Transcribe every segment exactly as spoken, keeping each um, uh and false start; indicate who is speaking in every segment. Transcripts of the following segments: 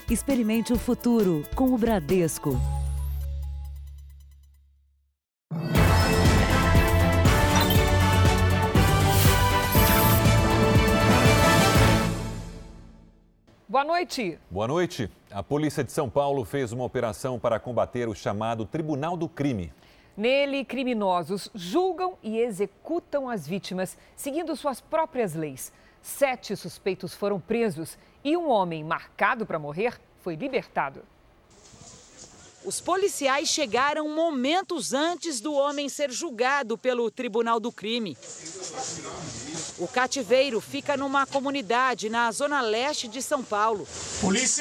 Speaker 1: Experimente o futuro com o Bradesco.
Speaker 2: Boa noite.
Speaker 3: Boa noite. A Polícia de São Paulo fez uma operação para combater o chamado Tribunal do Crime.
Speaker 2: Nele, criminosos julgam e executam as vítimas, seguindo suas próprias leis. Sete suspeitos foram presos e um homem marcado para morrer foi libertado.
Speaker 4: Os policiais chegaram momentos antes do homem ser julgado pelo Tribunal do Crime. O cativeiro fica numa comunidade na zona leste de São Paulo.
Speaker 5: Polícia!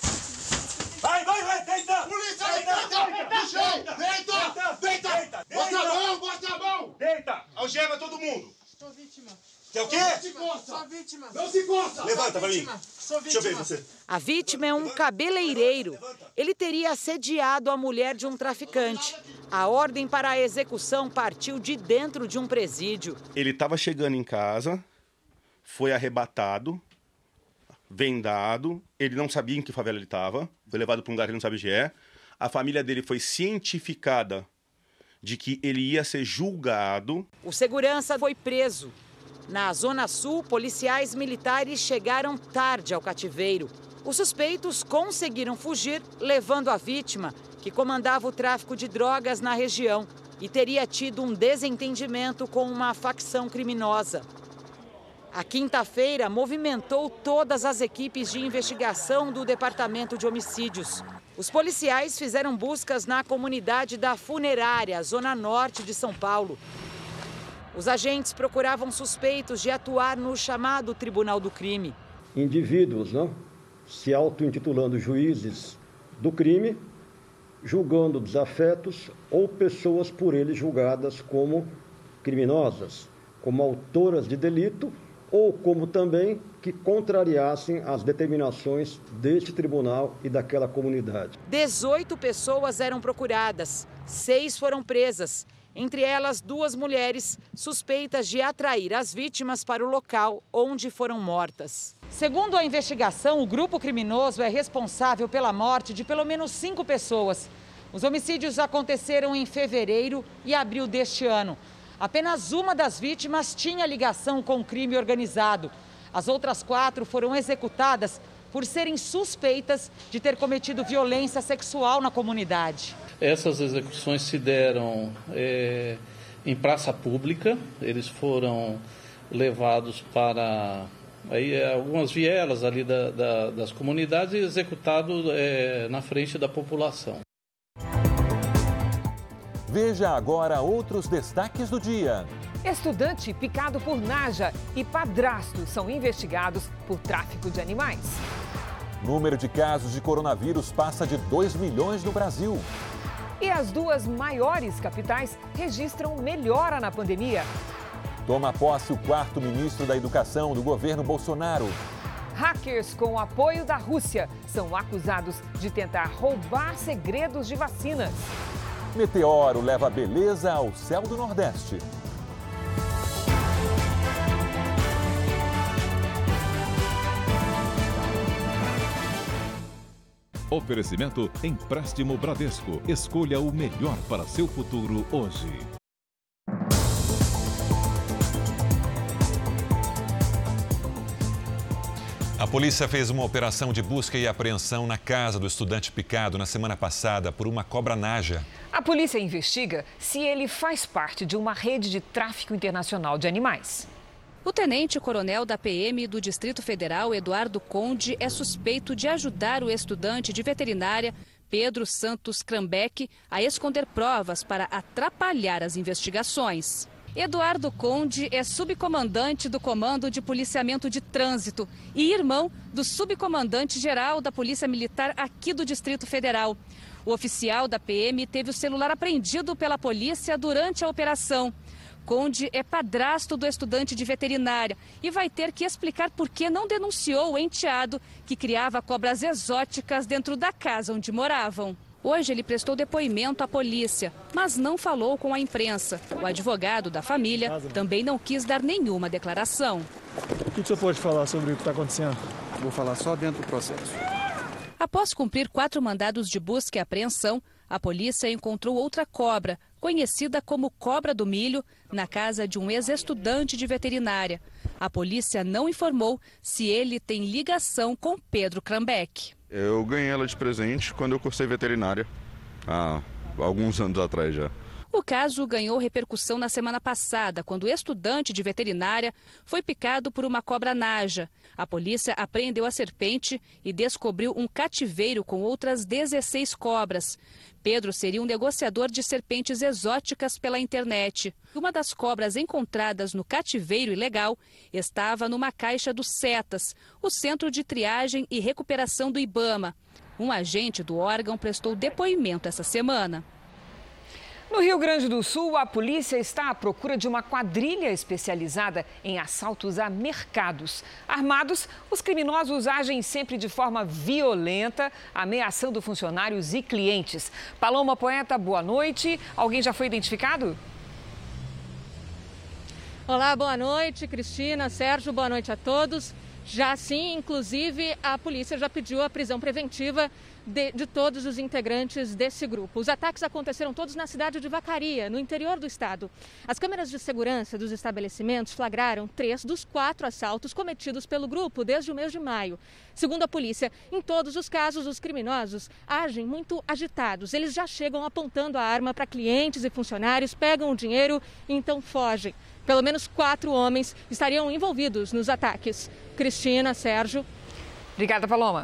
Speaker 5: Vai, vai, vai, deita! Polícia, deita! Deita! Deita! Deita! Deita! Bota a mão, bota a mão! Deita! Algema todo mundo!
Speaker 6: Sou vítima.
Speaker 5: Quer o quê?
Speaker 6: Não se coça! Sou vítima!
Speaker 5: Não se coça! Levanta pra mim!
Speaker 6: Sou vítima.
Speaker 5: Deixa eu ver você.
Speaker 4: A vítima é um cabeleireiro. Ele teria assediado a mulher de um traficante. A ordem para a execução partiu de dentro de um presídio.
Speaker 7: Ele estava chegando em casa, foi arrebatado, vendado, ele não sabia em que favela ele estava, foi levado para um lugar que ele não sabe onde é. A família dele foi cientificada de que ele ia ser julgado.
Speaker 4: O segurança foi preso. Na Zona Sul, policiais militares chegaram tarde ao cativeiro. Os suspeitos conseguiram fugir, levando a vítima, que comandava o tráfico de drogas na região e teria tido um desentendimento com uma facção criminosa. A quinta-feira movimentou todas as equipes de investigação do Departamento de Homicídios. Os policiais fizeram buscas na comunidade da Funerária, zona norte de São Paulo. Os agentes procuravam suspeitos de atuar no chamado Tribunal do Crime.
Speaker 8: Indivíduos, não? Se auto-intitulando juízes do crime, julgando desafetos ou pessoas por eles julgadas como criminosas, como autoras de delito ou como também que contrariassem as determinações deste tribunal e daquela comunidade.
Speaker 4: dezoito pessoas eram procuradas, seis foram presas. Entre elas, duas mulheres suspeitas de atrair as vítimas para o local onde foram mortas. Segundo a investigação, o grupo criminoso é responsável pela morte de pelo menos cinco pessoas. Os homicídios aconteceram em fevereiro e abril deste ano. Apenas uma das vítimas tinha ligação com o crime organizado. As outras quatro foram executadas por serem suspeitas de ter cometido violência sexual na comunidade.
Speaker 9: Essas execuções se deram é, em praça pública, eles foram levados para aí, algumas vielas ali da, da, das comunidades e executados é, na frente da população.
Speaker 3: Veja agora outros destaques do dia.
Speaker 2: Estudante picado por naja e padrasto são investigados por tráfico de animais.
Speaker 3: Número de casos de coronavírus passa de dois milhões no Brasil.
Speaker 2: E as duas maiores capitais registram melhora na pandemia.
Speaker 3: Toma posse o quarto ministro da Educação do governo Bolsonaro.
Speaker 2: Hackers com o apoio da Rússia são acusados de tentar roubar segredos de vacinas.
Speaker 3: Meteoro leva beleza ao céu do Nordeste.
Speaker 10: Oferecimento Empréstimo Bradesco. Escolha o melhor para seu futuro hoje.
Speaker 3: A polícia fez uma operação de busca e apreensão na casa do estudante picado na semana passada por uma cobra naja.
Speaker 2: A polícia investiga se ele faz parte de uma rede de tráfico internacional de animais.
Speaker 11: O tenente-coronel da P M do Distrito Federal, Eduardo Conde, é suspeito de ajudar o estudante de veterinária, Pedro Santos Krambeck, a esconder provas para atrapalhar as investigações. Eduardo Conde é subcomandante do Comando de Policiamento de Trânsito e irmão do subcomandante-geral da Polícia Militar aqui do Distrito Federal. O oficial da P M teve o celular apreendido pela polícia durante a operação. Conde é padrasto do estudante de veterinária e vai ter que explicar por que não denunciou o enteado que criava cobras exóticas dentro da casa onde moravam. Hoje ele prestou depoimento à polícia, mas não falou com a imprensa. O advogado da família também não quis dar nenhuma declaração.
Speaker 12: O que o senhor pode falar sobre o que está acontecendo?
Speaker 13: Vou falar só dentro do processo.
Speaker 11: Após cumprir quatro mandados de busca e apreensão, a polícia encontrou outra cobra, conhecida como cobra do milho, na casa de um ex-estudante de veterinária. A polícia não informou se ele tem ligação com Pedro Crambecchi.
Speaker 12: Eu ganhei ela de presente quando eu cursei veterinária, há alguns anos atrás já.
Speaker 11: O caso ganhou repercussão na semana passada, quando o estudante de veterinária foi picado por uma cobra naja. A polícia apreendeu a serpente e descobriu um cativeiro com outras dezesseis cobras. Pedro seria um negociador de serpentes exóticas pela internet. Uma das cobras encontradas no cativeiro ilegal estava numa caixa do CETAS, o Centro de Triagem e Recuperação do IBAMA. Um agente do órgão prestou depoimento essa semana.
Speaker 2: No Rio Grande do Sul, a polícia está à procura de uma quadrilha especializada em assaltos a mercados. Armados, os criminosos agem sempre de forma violenta, ameaçando funcionários e clientes. Paloma Poeta, boa noite. Alguém já foi identificado?
Speaker 13: Olá, boa noite, Cristina, Sérgio, boa noite a todos. Já sim, inclusive, a polícia já pediu a prisão preventiva de, de todos os integrantes desse grupo. Os ataques aconteceram todos na cidade de Vacaria, no interior do estado. As câmeras de segurança dos estabelecimentos flagraram três dos quatro assaltos cometidos pelo grupo desde o mês de maio. Segundo a polícia, em todos os casos, os criminosos agem muito agitados. Eles já chegam apontando a arma para clientes e funcionários, pegam o dinheiro e então fogem. Pelo menos quatro homens estariam envolvidos nos ataques. Cristina, Sérgio.
Speaker 2: Obrigada, Paloma.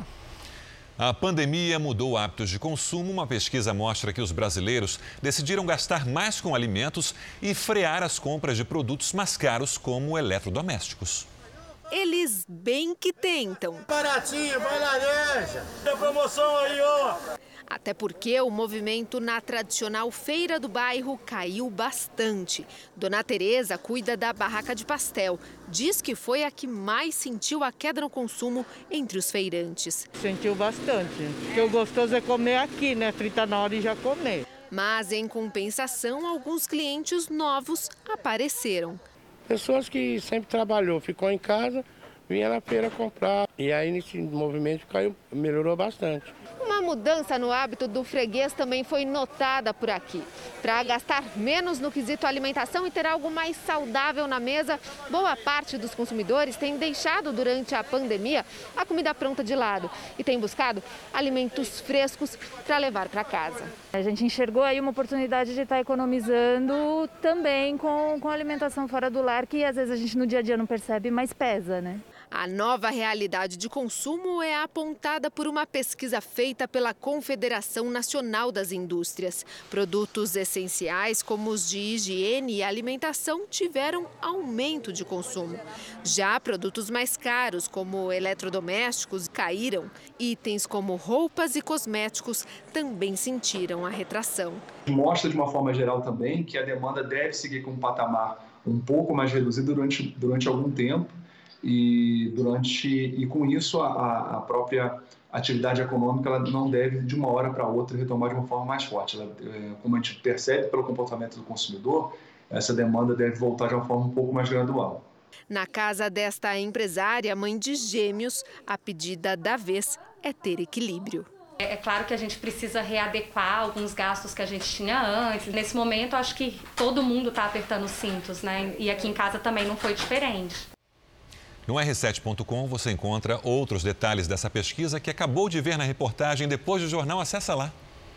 Speaker 3: A pandemia mudou hábitos de consumo. Uma pesquisa mostra que os brasileiros decidiram gastar mais com alimentos e frear as compras de produtos mais caros, como eletrodomésticos.
Speaker 14: Eles bem que tentam.
Speaker 5: Baratinho, vai laranja. Tem promoção aí, ó.
Speaker 14: Até porque o movimento na tradicional feira do bairro caiu bastante. Dona Tereza cuida da barraca de pastel. Diz que foi a que mais sentiu a queda no consumo entre os feirantes.
Speaker 6: Sentiu bastante. Porque o gostoso é comer aqui, né? Fritar na hora e já comer.
Speaker 14: Mas, em compensação, alguns clientes novos apareceram.
Speaker 15: Pessoas que sempre trabalhou, ficou em casa, vinha na feira comprar. E aí, nesse movimento, caiu, melhorou bastante.
Speaker 14: Uma mudança no hábito do freguês também foi notada por aqui. Para gastar menos no quesito alimentação e ter algo mais saudável na mesa, boa parte dos consumidores tem deixado durante a pandemia a comida pronta de lado e tem buscado alimentos frescos para levar para casa.
Speaker 16: A gente enxergou aí uma oportunidade de estar economizando também com, com alimentação fora do lar, que às vezes a gente no dia a dia não percebe, mas pesa, né?
Speaker 14: A nova realidade de consumo é apontada por uma pesquisa feita pela Confederação Nacional das Indústrias. Produtos essenciais como os de higiene e alimentação tiveram aumento de consumo. Já produtos mais caros, como eletrodomésticos, caíram. Itens como roupas e cosméticos também sentiram a retração.
Speaker 17: Mostra de uma forma geral também que a demanda deve seguir com um patamar um pouco mais reduzido durante, durante algum tempo. E, durante, e com isso a, a própria atividade econômica ela não deve de uma hora para outra retomar de uma forma mais forte. Ela, como a gente percebe pelo comportamento do consumidor, essa demanda deve voltar de uma forma um pouco mais gradual.
Speaker 14: Na casa desta empresária, mãe de gêmeos, a pedida da vez é ter equilíbrio.
Speaker 18: É claro que a gente precisa readequar alguns gastos que a gente tinha antes. Nesse momento, acho que todo mundo está apertando os cintos, né? E aqui em casa também não foi diferente.
Speaker 3: No R sete ponto com você encontra outros detalhes dessa pesquisa que acabou de ver na reportagem depois do jornal. Acessa lá.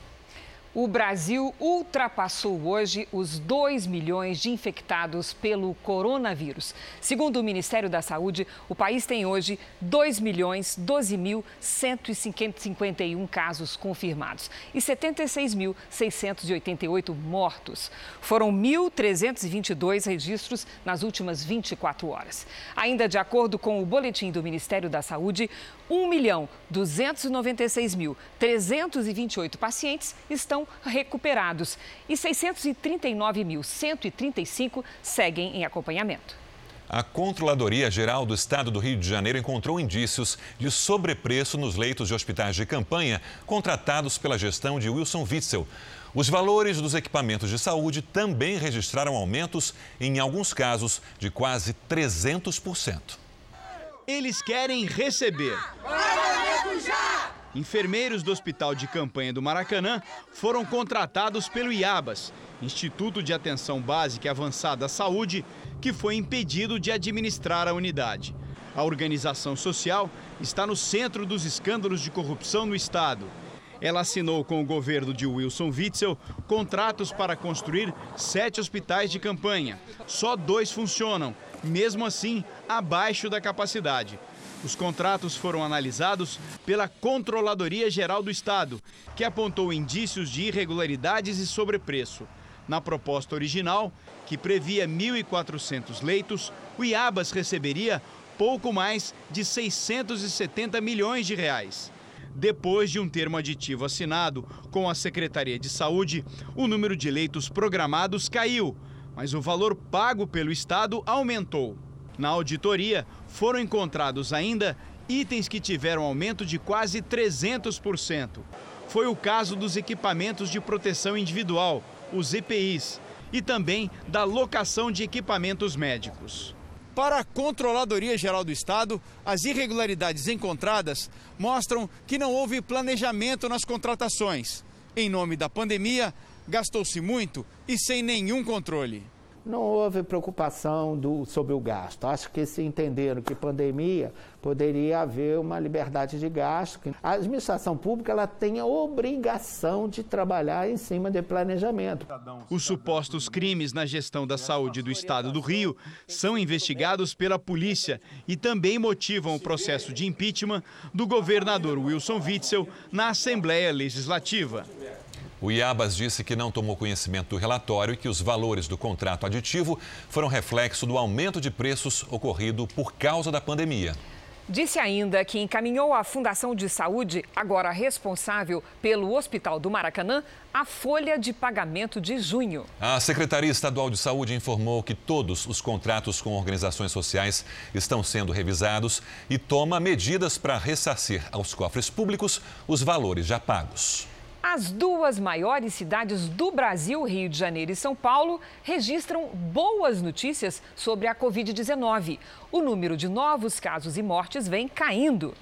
Speaker 2: O Brasil ultrapassou hoje os dois milhões de infectados pelo coronavírus. Segundo o Ministério da Saúde, o país tem hoje dois milhões doze mil cento e cinquenta e um casos confirmados e setenta e seis mil seiscentos e oitenta e oito mortos. Foram mil trezentos e vinte e dois registros nas últimas vinte e quatro horas. Ainda de acordo com o boletim do Ministério da Saúde, um milhão duzentos e noventa e seis mil trezentos e vinte e oito pacientes estão recuperados e seiscentos e trinta e nove mil cento e trinta e cinco seguem em acompanhamento.
Speaker 3: A Controladoria Geral do Estado do Rio de Janeiro encontrou indícios de sobrepreço nos leitos de hospitais de campanha contratados pela gestão de Wilson Witzel. Os valores dos equipamentos de saúde também registraram aumentos, em alguns casos, de quase trezentos por cento.
Speaker 19: Eles querem receber. Enfermeiros do Hospital de Campanha do Maracanã foram contratados pelo IABAS, Instituto de Atenção Básica e Avançada à Saúde, que foi impedido de administrar a unidade. A organização social está no centro dos escândalos de corrupção no estado. Ela assinou com o governo de Wilson Witzel contratos para construir sete hospitais de campanha. Só dois funcionam, mesmo assim abaixo da capacidade. Os contratos foram analisados pela Controladoria Geral do Estado, que apontou indícios de irregularidades e sobrepreço. Na proposta original, que previa mil e quatrocentos leitos, o IABAS receberia pouco mais de seiscentos e setenta milhões de reais. Depois de um termo aditivo assinado com a Secretaria de Saúde, o número de leitos programados caiu, mas o valor pago pelo Estado aumentou. Na auditoria, foram encontrados ainda itens que tiveram aumento de quase trezentos por cento. Foi o caso dos equipamentos de proteção individual, os E P Is, e também da locação de equipamentos médicos. Para a Controladoria Geral do Estado, as irregularidades encontradas mostram que não houve planejamento nas contratações. Em nome da pandemia, gastou-se muito e sem nenhum controle.
Speaker 20: Não houve preocupação do, sobre o gasto. Acho que se entenderam que pandemia poderia haver uma liberdade de gasto. A administração pública ela tem a obrigação de trabalhar em cima de planejamento.
Speaker 19: Os supostos crimes na gestão da saúde do estado do Rio são investigados pela polícia e também motivam o processo de impeachment do governador Wilson Witzel na Assembleia Legislativa.
Speaker 3: O IABAS disse que não tomou conhecimento do relatório e que os valores do contrato aditivo foram reflexo do aumento de preços ocorrido por causa da pandemia.
Speaker 2: Disse ainda que encaminhou à Fundação de Saúde, agora responsável pelo Hospital do Maracanã, a folha de pagamento de junho.
Speaker 3: A Secretaria Estadual de Saúde informou que todos os contratos com organizações sociais estão sendo revisados e toma medidas para ressarcir aos cofres públicos os valores já pagos.
Speaker 2: As duas maiores cidades do Brasil, Rio de Janeiro e São Paulo, registram boas notícias sobre a covid dezenove. O número de novos casos e mortes vem caindo.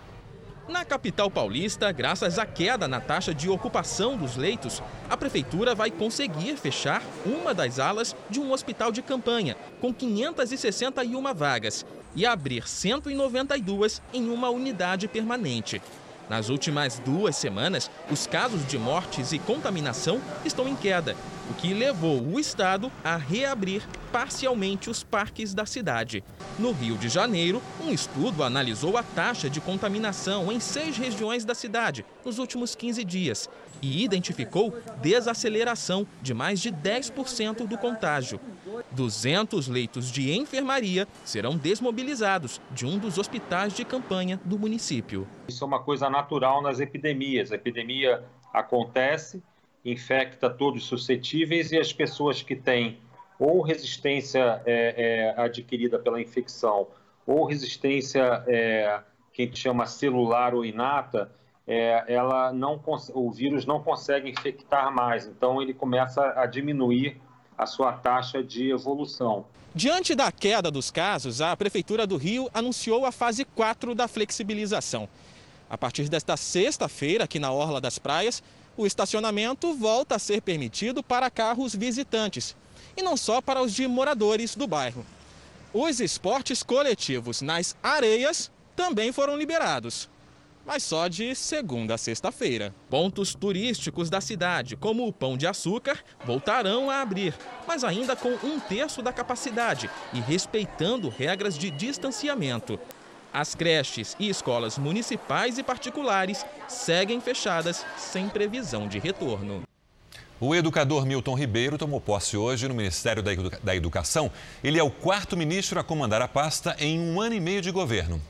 Speaker 21: Na capital paulista, graças à queda na taxa de ocupação dos leitos, a prefeitura vai conseguir fechar uma das alas de um hospital de campanha, com quinhentas e sessenta e uma vagas, e abrir cento e noventa e duas em uma unidade permanente. Nas últimas duas semanas, os casos de mortes e contaminação estão em queda, o que levou o estado a reabrir parcialmente os parques da cidade. No Rio de Janeiro, um estudo analisou a taxa de contaminação em seis regiões da cidade nos últimos quinze dias e identificou desaceleração de mais de dez por cento do contágio. duzentos leitos de enfermaria serão desmobilizados de um dos hospitais de campanha do município.
Speaker 22: Isso é uma coisa natural nas epidemias. A epidemia acontece, infecta todos suscetíveis e as pessoas que têm ou resistência é, é, adquirida pela infecção ou resistência é, que a gente chama celular ou inata, é, ela não, o vírus não consegue infectar mais, então ele começa a diminuir a sua taxa de evolução.
Speaker 21: Diante da queda dos casos, a Prefeitura do Rio anunciou a fase quatro da flexibilização. A partir desta sexta-feira, aqui na Orla das Praias, o estacionamento volta a ser permitido para carros visitantes, e não só para os de moradores do bairro. Os esportes coletivos nas areias também foram liberados, mas só de segunda a sexta-feira. Pontos turísticos da cidade, como o Pão de Açúcar, voltarão a abrir, mas ainda com um terço da capacidade e respeitando regras de distanciamento. As creches e escolas municipais e particulares seguem fechadas, sem previsão de retorno.
Speaker 3: O educador Milton Ribeiro tomou posse hoje no Ministério da Edu- da Educação. Ele é o quarto ministro a comandar a pasta em um ano e meio de governo.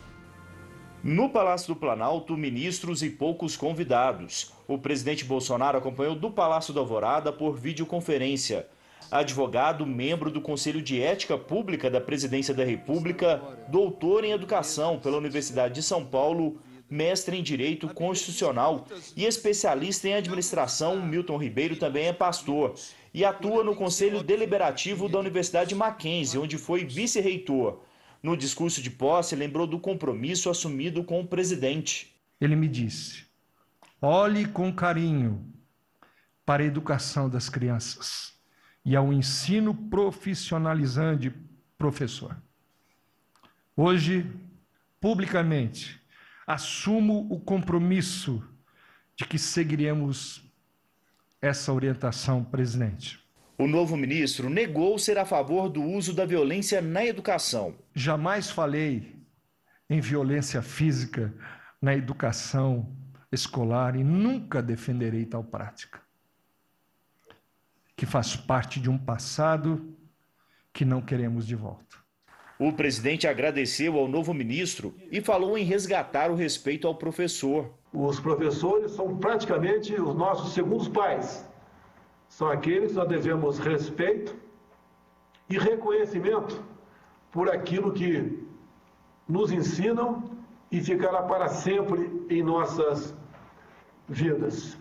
Speaker 23: No Palácio do Planalto, ministros e poucos convidados. O presidente Bolsonaro acompanhou do Palácio da Alvorada por videoconferência. Advogado, membro do Conselho de Ética Pública da Presidência da República, doutor em Educação pela Universidade de São Paulo, mestre em Direito Constitucional e especialista em Administração, Milton Ribeiro também é pastor e atua no Conselho Deliberativo da Universidade Mackenzie, onde foi vice-reitor. No discurso de posse, lembrou do compromisso assumido com o presidente.
Speaker 1: ele me disse: olhe com carinho para a educação das crianças e ao ensino profissionalizante, professor. Hoje, publicamente, assumo o compromisso de que seguiremos essa orientação, presidente.
Speaker 23: O novo ministro negou ser a favor do uso da violência na educação.
Speaker 1: Jamais falei em violência física na educação escolar e nunca defenderei tal prática, que faz parte de um passado que não queremos de volta.
Speaker 23: O presidente agradeceu ao novo ministro e falou em resgatar o respeito ao professor.
Speaker 7: Os professores são praticamente os nossos segundos pais. São aqueles que nós devemos respeito e reconhecimento por aquilo que nos ensinam e ficará para sempre em nossas vidas.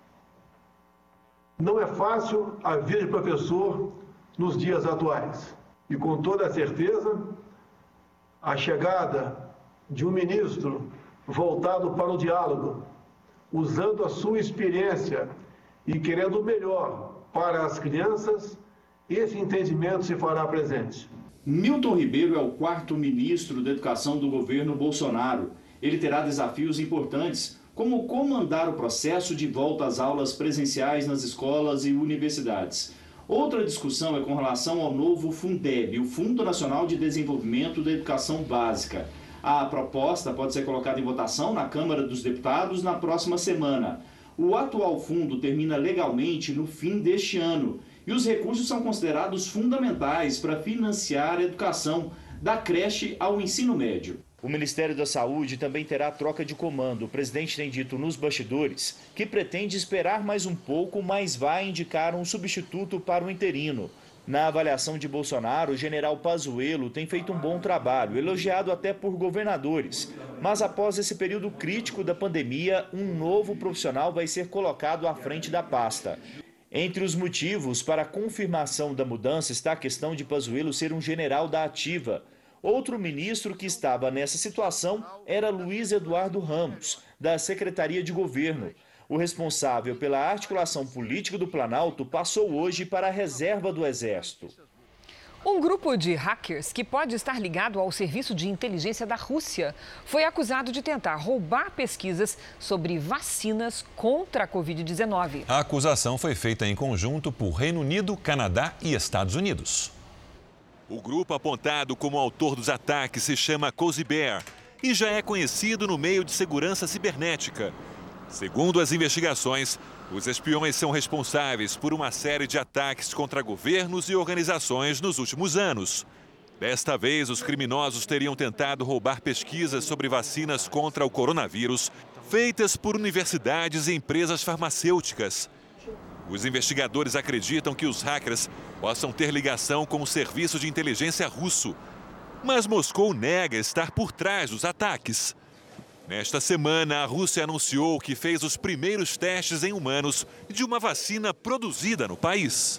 Speaker 7: Não é fácil a vida de professor nos dias atuais. E com toda certeza, a chegada de um ministro voltado para o diálogo, usando a sua experiência e querendo o melhor para as crianças, esse entendimento se fará presente.
Speaker 23: Milton Ribeiro é o quarto ministro da Educação do governo Bolsonaro. Ele terá desafios importantes, como comandar o processo de volta às aulas presenciais nas escolas e universidades. Outra discussão é com relação ao novo Fundeb, o Fundo Nacional de Desenvolvimento da Educação Básica. A proposta pode ser colocada em votação na Câmara dos Deputados na próxima semana. O atual fundo termina legalmente no fim deste ano e os recursos são considerados fundamentais para financiar a educação, da creche ao ensino médio. O Ministério da Saúde também terá troca de comando. O presidente tem dito nos bastidores que pretende esperar mais um pouco, mas vai indicar um substituto para o interino. Na avaliação de Bolsonaro, o general Pazuello tem feito um bom trabalho, elogiado até por governadores. Mas após esse período crítico da pandemia, um novo profissional vai ser colocado à frente da pasta. Entre os motivos para a confirmação da mudança está a questão de Pazuello ser um general da ativa. Outro ministro que estava nessa situação era Luiz Eduardo Ramos, da Secretaria de Governo. O responsável pela articulação política do Planalto passou hoje para a reserva do Exército.
Speaker 2: Um grupo de hackers que pode estar ligado ao serviço de inteligência da Rússia foi acusado de tentar roubar pesquisas sobre vacinas contra a covid dezenove.
Speaker 3: A acusação foi feita em conjunto por Reino Unido, Canadá e Estados Unidos. O grupo apontado como autor dos ataques se chama Cozy Bear e já é conhecido no meio de segurança cibernética. Segundo as investigações, os espiões são responsáveis por uma série de ataques contra governos e organizações nos últimos anos. Desta vez, os criminosos teriam tentado roubar pesquisas sobre vacinas contra o coronavírus, feitas por universidades e empresas farmacêuticas. Os investigadores acreditam que os hackers possam ter ligação com o serviço de inteligência russo. Mas Moscou nega estar por trás dos ataques. Nesta semana, a Rússia anunciou que fez os primeiros testes em humanos de uma vacina produzida no país.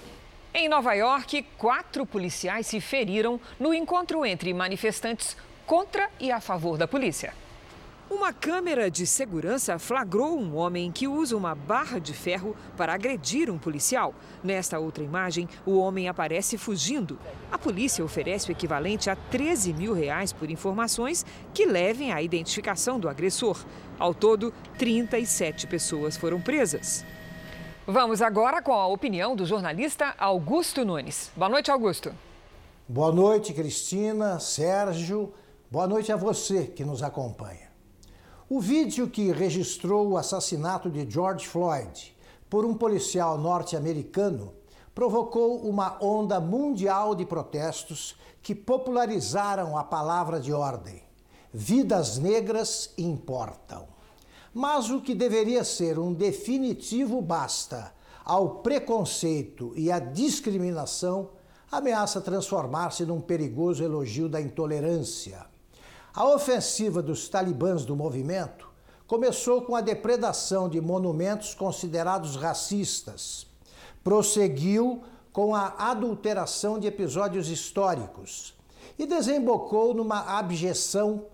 Speaker 2: Em Nova York, quatro policiais se feriram no encontro entre manifestantes contra e a favor da polícia. Uma câmera de segurança flagrou um homem que usa uma barra de ferro para agredir um policial. Nesta outra imagem, o homem aparece fugindo. A polícia oferece o equivalente a treze mil reais por informações que levem à identificação do agressor. Ao todo, trinta e sete pessoas foram presas. Vamos agora com a opinião do jornalista Augusto Nunes. Boa noite, Augusto.
Speaker 8: Boa noite, Cristina, Sérgio. Boa noite a você que nos acompanha. O vídeo que registrou o assassinato de George Floyd por um policial norte-americano provocou uma onda mundial de protestos que popularizaram a palavra de ordem. Vidas negras importam. Mas o que deveria ser um definitivo basta ao preconceito e à discriminação ameaça transformar-se num perigoso elogio da intolerância. A ofensiva dos talibãs do movimento começou com a depredação de monumentos considerados racistas, prosseguiu com a adulteração de episódios históricos e desembocou numa abjeção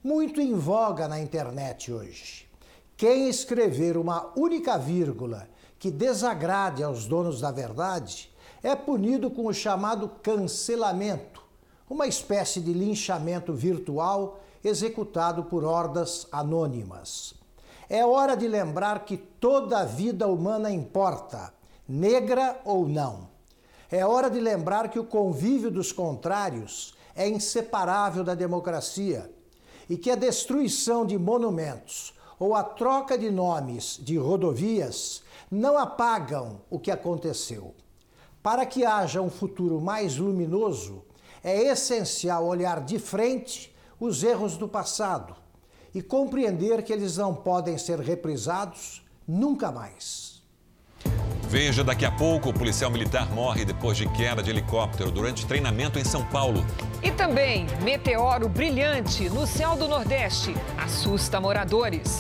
Speaker 8: muito em voga na internet hoje. Quem escrever uma única vírgula que desagrade aos donos da verdade é punido com o chamado cancelamento, uma espécie de linchamento virtual executado por hordas anônimas. É hora de lembrar que toda a vida humana importa, negra ou não. É hora de lembrar que o convívio dos contrários é inseparável da democracia e que a destruição de monumentos ou a troca de nomes de rodovias não apagam o que aconteceu. Para que haja um futuro mais luminoso, é essencial olhar de frente os erros do passado e compreender que eles não podem ser reprisados nunca mais.
Speaker 3: Veja daqui a pouco, o policial militar morre depois de queda de helicóptero durante treinamento em São Paulo.
Speaker 2: E também, meteoro brilhante no céu do Nordeste assusta moradores.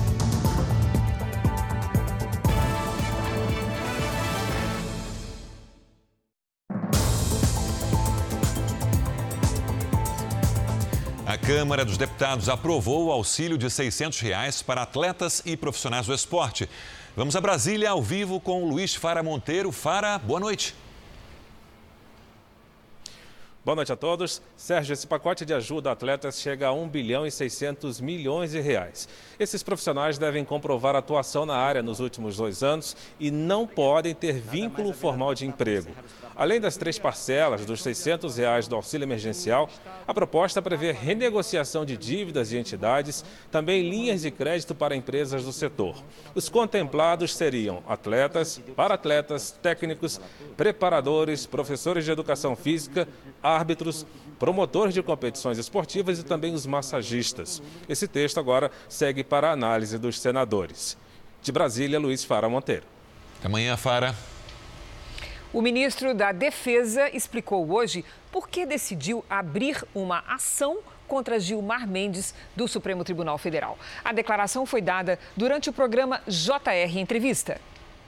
Speaker 3: A Câmara dos Deputados aprovou o auxílio de seiscentos reais para atletas e profissionais do esporte. Vamos a Brasília ao vivo com o Luiz Fara Monteiro. Fara, boa noite.
Speaker 4: Boa noite a todos. Sérgio, esse pacote de ajuda a atletas chega a um bilhão e seiscentos milhões de reais. Esses profissionais devem comprovar atuação na área nos últimos dois anos e não podem ter vínculo formal de emprego. Além das três parcelas dos seiscentos reais do auxílio emergencial, a proposta prevê renegociação de dívidas de entidades, também linhas de crédito para empresas do setor. Os contemplados seriam atletas, para-atletas, técnicos, preparadores, professores de educação física, árbitros, promotores de competições esportivas e também os massagistas. Esse texto agora segue para a análise dos senadores. De Brasília, Luiz Fara Monteiro.
Speaker 3: Até amanhã, Fara.
Speaker 2: O ministro da Defesa explicou hoje por que decidiu abrir uma ação contra Gilmar Mendes, do Supremo Tribunal Federal. A declaração foi dada durante o programa J R Entrevista.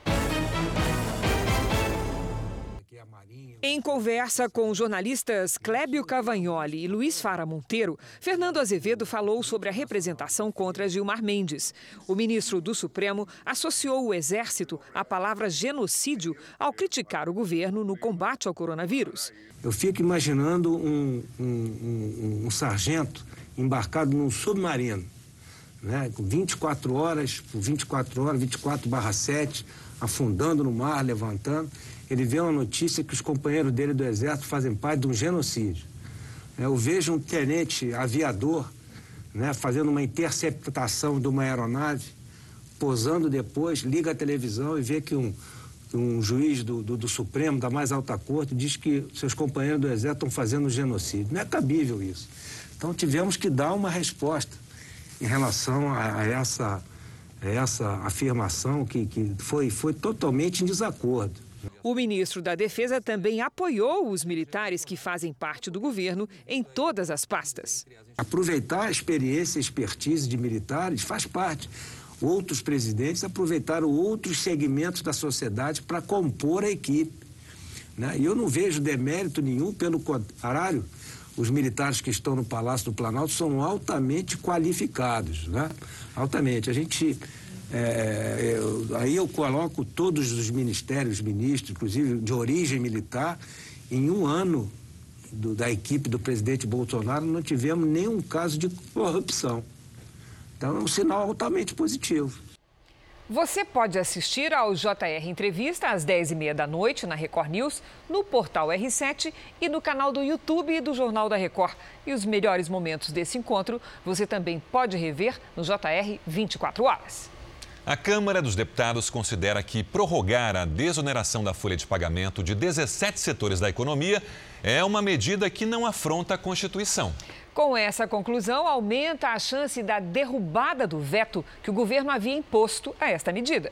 Speaker 2: Em conversa com os jornalistas Clébio Cavagnoli e Luiz Fara Monteiro, Fernando Azevedo falou sobre a representação contra Gilmar Mendes. O ministro do Supremo associou o Exército à palavra genocídio ao criticar o governo no combate ao coronavírus.
Speaker 9: Eu fico imaginando um, um, um, um sargento embarcado num submarino, né, com vinte e quatro horas, por vinte e quatro horas, vinte e quatro barra sete, afundando no mar, levantando. Ele vê uma notícia que os companheiros dele do Exército fazem parte de um genocídio. Eu vejo um tenente aviador, né, fazendo uma interceptação de uma aeronave, posando depois, liga a televisão e vê que um, um juiz do, do, do Supremo, da mais alta corte, diz que seus companheiros do Exército estão fazendo um genocídio. Não é cabível isso. Então tivemos que dar uma resposta em relação a, a, essa, a essa afirmação que, que foi, foi totalmente em desacordo.
Speaker 2: O ministro da Defesa também apoiou os militares que fazem parte do governo em todas as pastas.
Speaker 9: Aproveitar a experiência e expertise de militares faz parte. Outros presidentes aproveitaram outros segmentos da sociedade para compor a equipe, né? E eu não vejo demérito nenhum, pelo contrário, os militares que estão no Palácio do Planalto são altamente qualificados, né? Altamente. A gente... É, eu, aí eu coloco todos os ministérios, ministros, inclusive de origem militar, em um ano do, da equipe do presidente Bolsonaro não tivemos nenhum caso de corrupção. Então é um sinal altamente positivo.
Speaker 2: Você pode assistir ao J R Entrevista às dez e meia da noite na Record News, no portal R sete e no canal do YouTube do Jornal da Record. E os melhores momentos desse encontro você também pode rever no J R vinte e quatro horas.
Speaker 3: A Câmara dos Deputados considera que prorrogar a desoneração da folha de pagamento de dezessete setores da economia é uma medida que não afronta a Constituição.
Speaker 2: Com essa conclusão, aumenta a chance da derrubada do veto que o governo havia imposto a esta medida.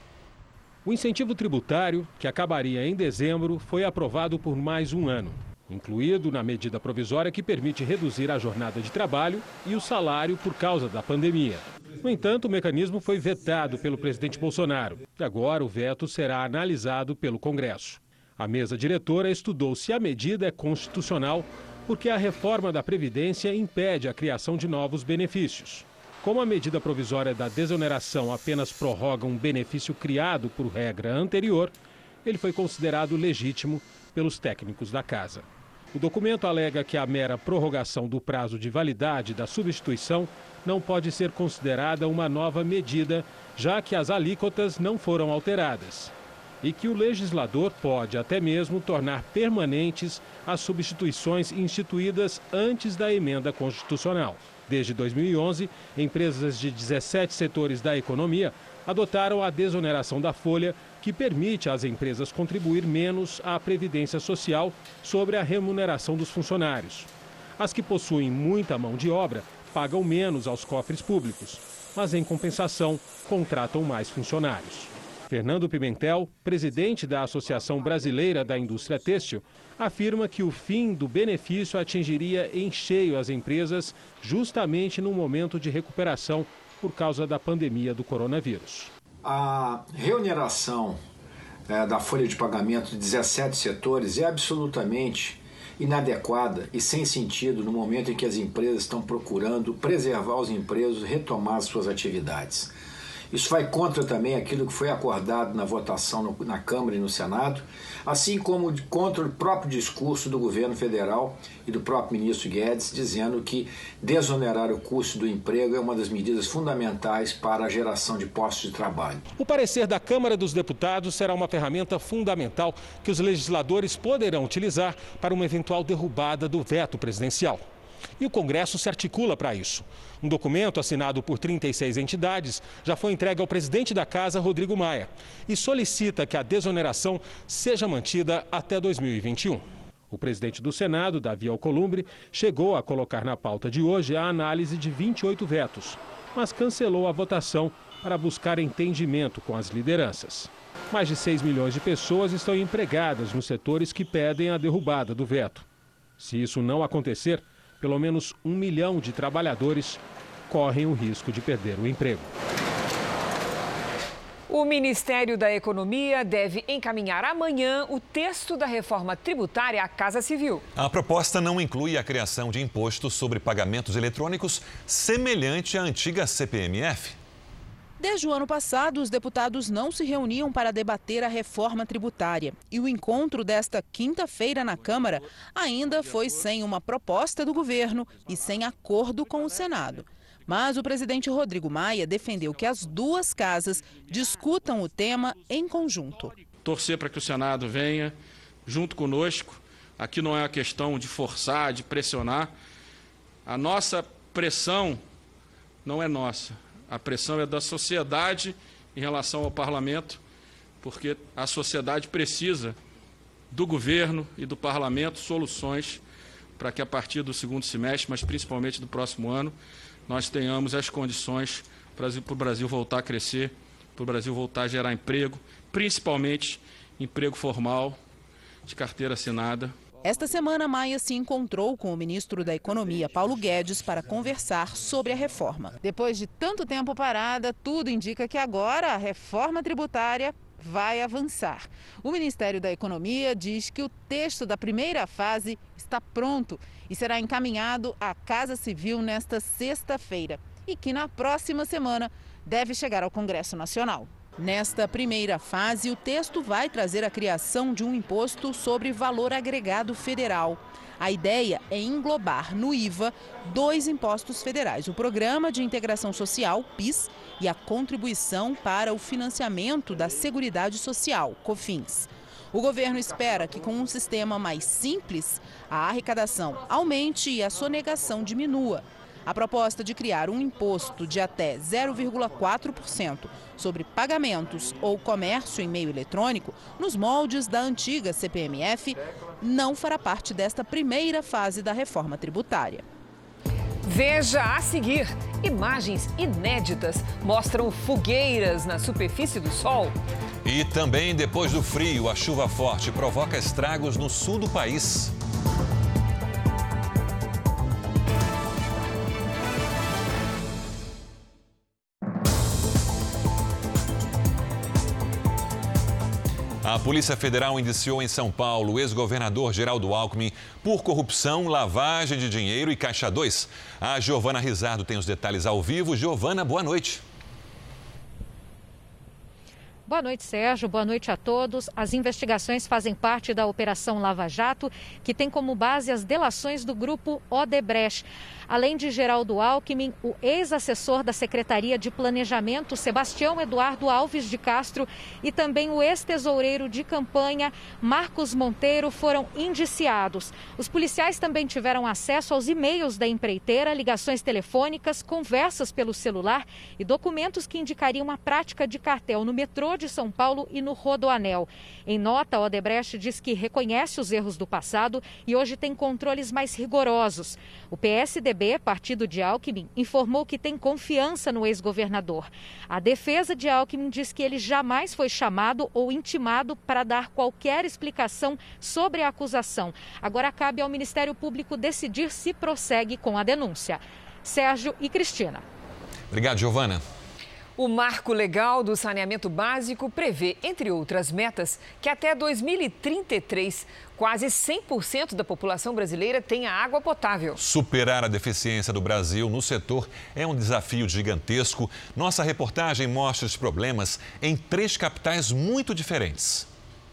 Speaker 10: O incentivo tributário, que acabaria em dezembro, foi aprovado por mais um ano, incluído na medida provisória que permite reduzir a jornada de trabalho e o salário por causa da pandemia. No entanto, o mecanismo foi vetado pelo presidente Bolsonaro e agora o veto será analisado pelo Congresso. A mesa diretora estudou se a medida é constitucional, porque a reforma da Previdência impede a criação de novos benefícios. Como a medida provisória da desoneração apenas prorroga um benefício criado por regra anterior, ele foi considerado legítimo pelos técnicos da Casa. O documento alega que a mera prorrogação do prazo de validade da substituição não pode ser considerada uma nova medida, já que as alíquotas não foram alteradas, e que o legislador pode até mesmo tornar permanentes as substituições instituídas antes da emenda constitucional. Desde dois mil e onze, empresas de dezessete setores da economia adotaram a desoneração da folha, que permite às empresas contribuir menos à Previdência Social sobre a remuneração dos funcionários. As que possuem muita mão de obra pagam menos aos cofres públicos, mas, em compensação, contratam mais funcionários. Fernando Pimentel, presidente da Associação Brasileira da Indústria Têxtil, afirma que o fim do benefício atingiria em cheio as empresas justamente no momento de recuperação por causa da pandemia do coronavírus.
Speaker 11: A reoneração é, da folha de pagamento de dezessete setores é absolutamente inadequada e sem sentido no momento em que as empresas estão procurando preservar os empregos e retomar suas atividades. Isso vai contra também aquilo que foi acordado na votação no, na Câmara e no Senado, assim como contra o próprio discurso do governo federal e do próprio ministro Guedes, dizendo que desonerar o custo do emprego é uma das medidas fundamentais para a geração de postos de trabalho.
Speaker 10: O parecer da Câmara dos Deputados será uma ferramenta fundamental que os legisladores poderão utilizar para uma eventual derrubada do veto presidencial. E o Congresso se articula para isso. Um documento assinado por trinta e seis entidades já foi entregue ao presidente da Casa, Rodrigo Maia, e solicita que a desoneração seja mantida até dois mil e vinte e um. O presidente do Senado, Davi Alcolumbre, chegou a colocar na pauta de hoje a análise de vinte e oito vetos, mas cancelou a votação para buscar entendimento com as lideranças. Mais de seis milhões de pessoas estão empregadas nos setores que pedem a derrubada do veto. Se isso não acontecer, pelo menos um milhão de trabalhadores correm o risco de perder o emprego.
Speaker 2: O Ministério da Economia deve encaminhar amanhã o texto da reforma tributária à Casa Civil.
Speaker 3: A proposta não inclui a criação de imposto sobre pagamentos eletrônicos semelhante à antiga C P M F.
Speaker 12: Desde o ano passado, os deputados não se reuniam para debater a reforma tributária. E o encontro desta quinta-feira na Câmara ainda foi sem uma proposta do governo e sem acordo com o Senado. Mas o presidente Rodrigo Maia defendeu que as duas casas discutam o tema em conjunto.
Speaker 13: Torcer para que o Senado venha junto conosco. Aqui não é a questão de forçar, de pressionar. A nossa pressão não é nossa. A pressão é da sociedade em relação ao parlamento, porque a sociedade precisa do governo e do parlamento soluções para que a partir do segundo semestre, mas principalmente do próximo ano, nós tenhamos as condições para o Brasil voltar a crescer, para o Brasil voltar a gerar emprego, principalmente emprego formal, de carteira assinada.
Speaker 12: Esta semana, Maia se encontrou com o ministro da Economia, Paulo Guedes, para conversar sobre a reforma. Depois de tanto tempo parada, tudo indica que agora a reforma tributária vai avançar. O Ministério da Economia diz que o texto da primeira fase está pronto e será encaminhado à Casa Civil nesta sexta-feira e que na próxima semana deve chegar ao Congresso Nacional. Nesta primeira fase, o texto vai trazer a criação de um imposto sobre valor agregado federal. A ideia é englobar no I V A dois impostos federais, o Programa de Integração Social, PIS, e a Contribuição para o Financiamento da Seguridade Social, COFINS. O governo espera que, com um sistema mais simples, a arrecadação aumente e a sonegação diminua. A proposta de criar um imposto de até zero vírgula quatro por cento sobre pagamentos ou comércio em meio eletrônico, nos moldes da antiga C P M F, não fará parte desta primeira fase da reforma tributária.
Speaker 2: Veja a seguir, imagens inéditas mostram fogueiras na superfície do Sol.
Speaker 3: E também, depois do frio, a chuva forte provoca estragos no sul do país. A Polícia Federal indiciou em São Paulo o ex-governador Geraldo Alckmin por corrupção, lavagem de dinheiro e Caixa dois. A Giovana Rizardo tem os detalhes ao vivo. Giovana, boa noite.
Speaker 5: Boa noite, Sérgio. Boa noite a todos. As investigações fazem parte da Operação Lava Jato, que tem como base as delações do grupo Odebrecht. Além de Geraldo Alckmin, o ex-assessor da Secretaria de Planejamento, Sebastião Eduardo Alves de Castro, e também o ex-tesoureiro de campanha, Marcos Monteiro, foram indiciados. Os policiais também tiveram acesso aos e-mails da empreiteira, ligações telefônicas, conversas pelo celular e documentos que indicariam a prática de cartel no metrô de São Paulo e no Rodoanel. Em nota, a Odebrecht diz que reconhece os erros do passado e hoje tem controles mais rigorosos. O P S D B, partido de Alckmin, informou que tem confiança no ex-governador. A defesa de Alckmin diz que ele jamais foi chamado ou intimado para dar qualquer explicação sobre a acusação. Agora cabe ao Ministério Público decidir se prossegue com a denúncia. Sérgio e Cristina.
Speaker 3: Obrigado, Giovana.
Speaker 2: O Marco Legal do Saneamento Básico prevê, entre outras metas, que até dois mil e trinta e três, quase cem por cento da população brasileira tenha água potável.
Speaker 3: Superar a deficiência do Brasil no setor é um desafio gigantesco. Nossa reportagem mostra os problemas em três capitais muito diferentes.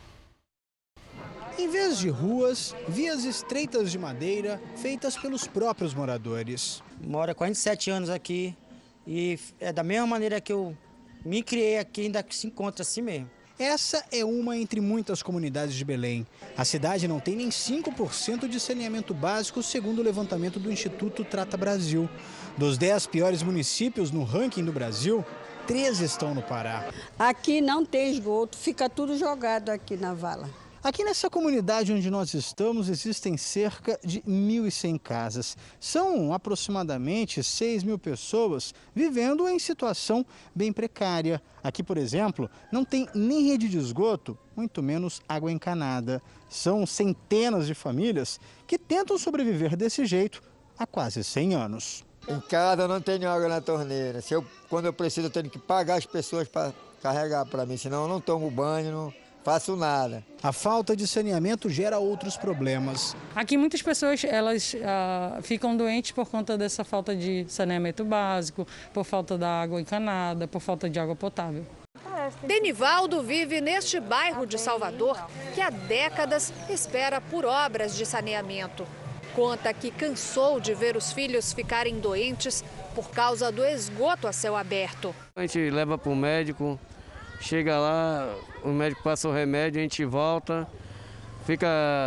Speaker 6: Em vez de ruas, vias estreitas de madeira feitas pelos próprios moradores.
Speaker 15: Moro há quarenta e sete anos aqui. E é da mesma maneira que eu me criei aqui, ainda se encontra assim mesmo.
Speaker 6: Essa é uma entre muitas comunidades de Belém. A cidade não tem nem cinco por cento de saneamento básico, segundo o levantamento do Instituto Trata Brasil. Dos dez piores municípios no ranking do Brasil, treze estão no Pará.
Speaker 24: Aqui não tem esgoto, fica tudo jogado aqui na vala.
Speaker 6: Aqui nessa comunidade onde nós estamos, existem cerca de mil e cem casas. São aproximadamente seis mil pessoas vivendo em situação bem precária. Aqui, por exemplo, não tem nem rede de esgoto, muito menos água encanada. São centenas de famílias que tentam sobreviver desse jeito há quase cem anos.
Speaker 25: Em casa eu não tenho água na torneira. Se eu, quando eu preciso, eu tenho que pagar as pessoas para carregar para mim, senão eu não tomo banho, não faço nada.
Speaker 6: A falta de saneamento gera outros problemas.
Speaker 26: Aqui muitas pessoas elas ah, ficam doentes por conta dessa falta de saneamento básico, por falta da água encanada, por falta de água potável.
Speaker 27: Denivaldo vive neste bairro de Salvador que há décadas espera por obras de saneamento. Conta que cansou de ver os filhos ficarem doentes por causa do esgoto a céu aberto.
Speaker 28: A gente leva para o médico. Chega lá, o médico passa o remédio, a gente volta, fica,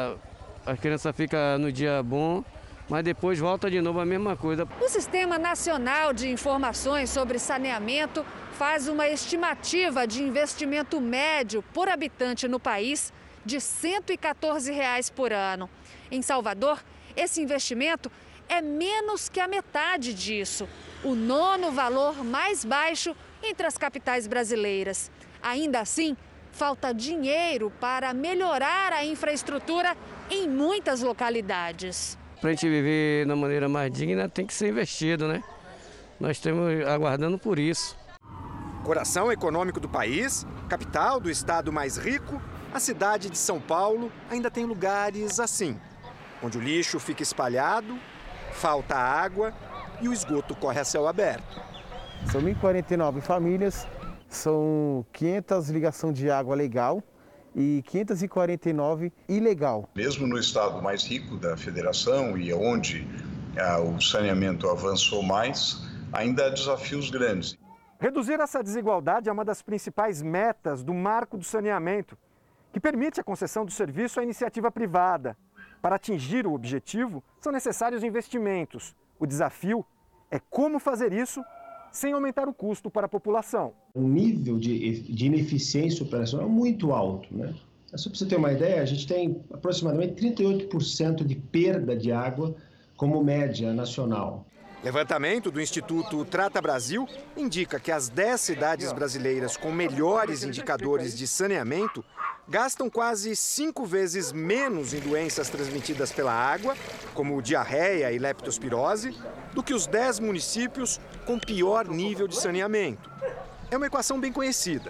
Speaker 28: a criança fica no dia bom, mas depois volta de novo a mesma coisa.
Speaker 27: O Sistema Nacional de Informações sobre Saneamento faz uma estimativa de investimento médio por habitante no país de cento e quatorze reais por ano. Em Salvador, esse investimento é menos que a metade disso, o nono valor mais baixo entre as capitais brasileiras. Ainda assim, falta dinheiro para melhorar a infraestrutura em muitas localidades.
Speaker 28: Para a gente viver de uma maneira mais digna, tem que ser investido, né? Nós estamos aguardando por isso.
Speaker 29: Coração econômico do país, capital do estado mais rico, a cidade de São Paulo ainda tem lugares assim, onde o lixo fica espalhado, falta água e o esgoto corre a céu aberto.
Speaker 30: São mil e quarenta e nove famílias, são quinhentas ligações de água legal e quinhentas e quarenta e nove ilegal.
Speaker 31: Mesmo no estado mais rico da federação e onde ah, o saneamento avançou mais, ainda há desafios grandes.
Speaker 32: Reduzir essa desigualdade é uma das principais metas do Marco do Saneamento, que permite a concessão do serviço à iniciativa privada. Para atingir o objetivo, são necessários investimentos. O desafio é como fazer isso sem aumentar o custo para a população.
Speaker 33: O nível de, de ineficiência operacional é muito alto, né? Só para você ter uma ideia, a gente tem aproximadamente trinta e oito por cento de perda de água como média nacional.
Speaker 29: Levantamento do Instituto Trata Brasil indica que as dez cidades brasileiras com melhores indicadores de saneamento gastam quase cinco vezes menos em doenças transmitidas pela água, como diarreia e leptospirose, do que os dez municípios com pior nível de saneamento. É uma equação bem conhecida.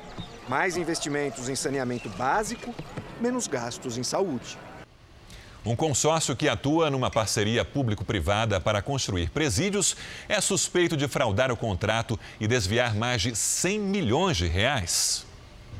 Speaker 29: Mais investimentos em saneamento básico, menos gastos em saúde.
Speaker 3: Um consórcio que atua numa parceria público-privada para construir presídios é suspeito de fraudar o contrato e desviar mais de cem milhões de reais.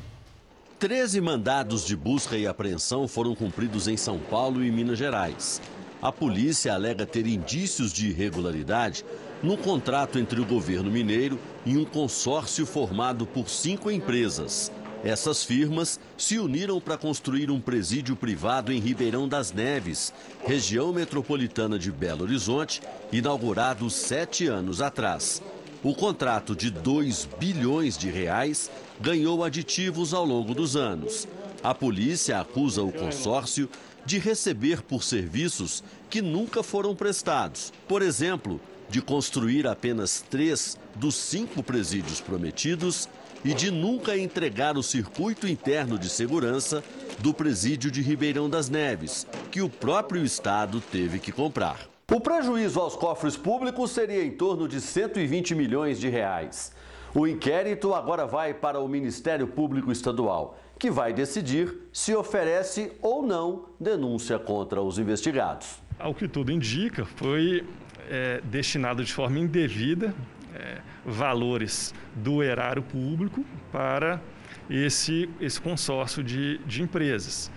Speaker 1: treze mandados de busca e apreensão foram cumpridos em São Paulo e Minas Gerais. A polícia alega ter indícios de irregularidade no contrato entre o governo mineiro e um consórcio formado por cinco empresas. Essas firmas se uniram para construir um presídio privado em Ribeirão das Neves, região metropolitana de Belo Horizonte, inaugurado sete anos atrás. O contrato de dois bilhões de reais ganhou aditivos ao longo dos anos. A polícia acusa o consórcio de receber por serviços que nunca foram prestados. Por exemplo, de construir apenas três dos cinco presídios prometidos e de nunca entregar o circuito interno de segurança do presídio de Ribeirão das Neves, que o próprio Estado teve que comprar. O prejuízo aos cofres públicos seria em torno de cento e vinte milhões de reais. O inquérito agora vai para o Ministério Público Estadual, que vai decidir se oferece ou não denúncia contra os investigados.
Speaker 4: Ao que tudo indica, foi é, destinado de forma indevida é, valores do erário público para esse, esse consórcio de, de empresas.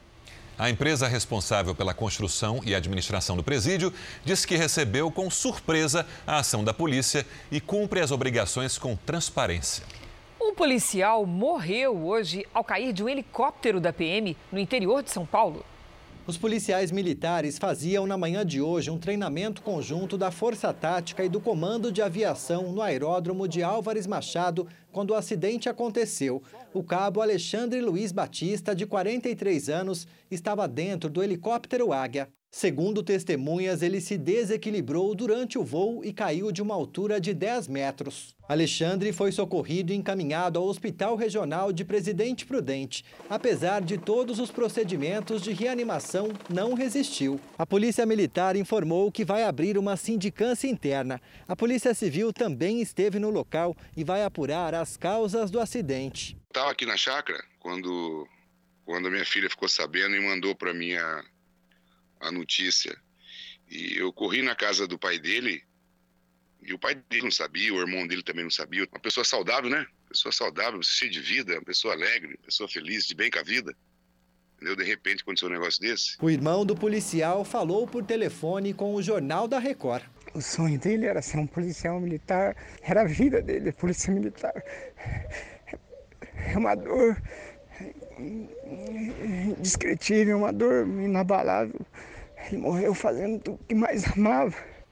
Speaker 3: A empresa responsável pela construção e administração do presídio diz que recebeu com surpresa a ação da polícia e cumpre as obrigações com transparência.
Speaker 2: Um policial morreu hoje ao cair de um helicóptero da P M no interior de São Paulo.
Speaker 7: Os policiais militares faziam na manhã de hoje um treinamento conjunto da Força Tática e do Comando de Aviação no aeródromo de Álvares Machado, quando o acidente aconteceu. O cabo Alexandre Luiz Batista, de quarenta e três anos, estava dentro do helicóptero Águia. Segundo testemunhas, ele se desequilibrou durante o voo e caiu de uma altura de dez metros. Alexandre foi socorrido e encaminhado ao Hospital Regional de Presidente Prudente. Apesar de todos os procedimentos de reanimação, não resistiu. A Polícia Militar informou que vai abrir uma sindicância interna. A Polícia Civil também esteve no local e vai apurar as causas do acidente.
Speaker 8: Estava aqui na chácara quando, quando a minha filha ficou sabendo e mandou para mim a, a notícia. E eu corri na casa do pai dele. E o pai dele não sabia, o irmão dele também não sabia. Uma pessoa saudável, né? Pessoa saudável, cheia de vida, uma pessoa alegre, uma pessoa feliz, de bem com a vida. Entendeu? De repente aconteceu um negócio desse.
Speaker 7: O irmão do policial falou por telefone com o Jornal da Record.
Speaker 14: O sonho dele era ser um policial militar, era a vida dele, polícia militar. É uma dor indescritível, uma dor inabalável. Ele morreu fazendo tudo que mais amava.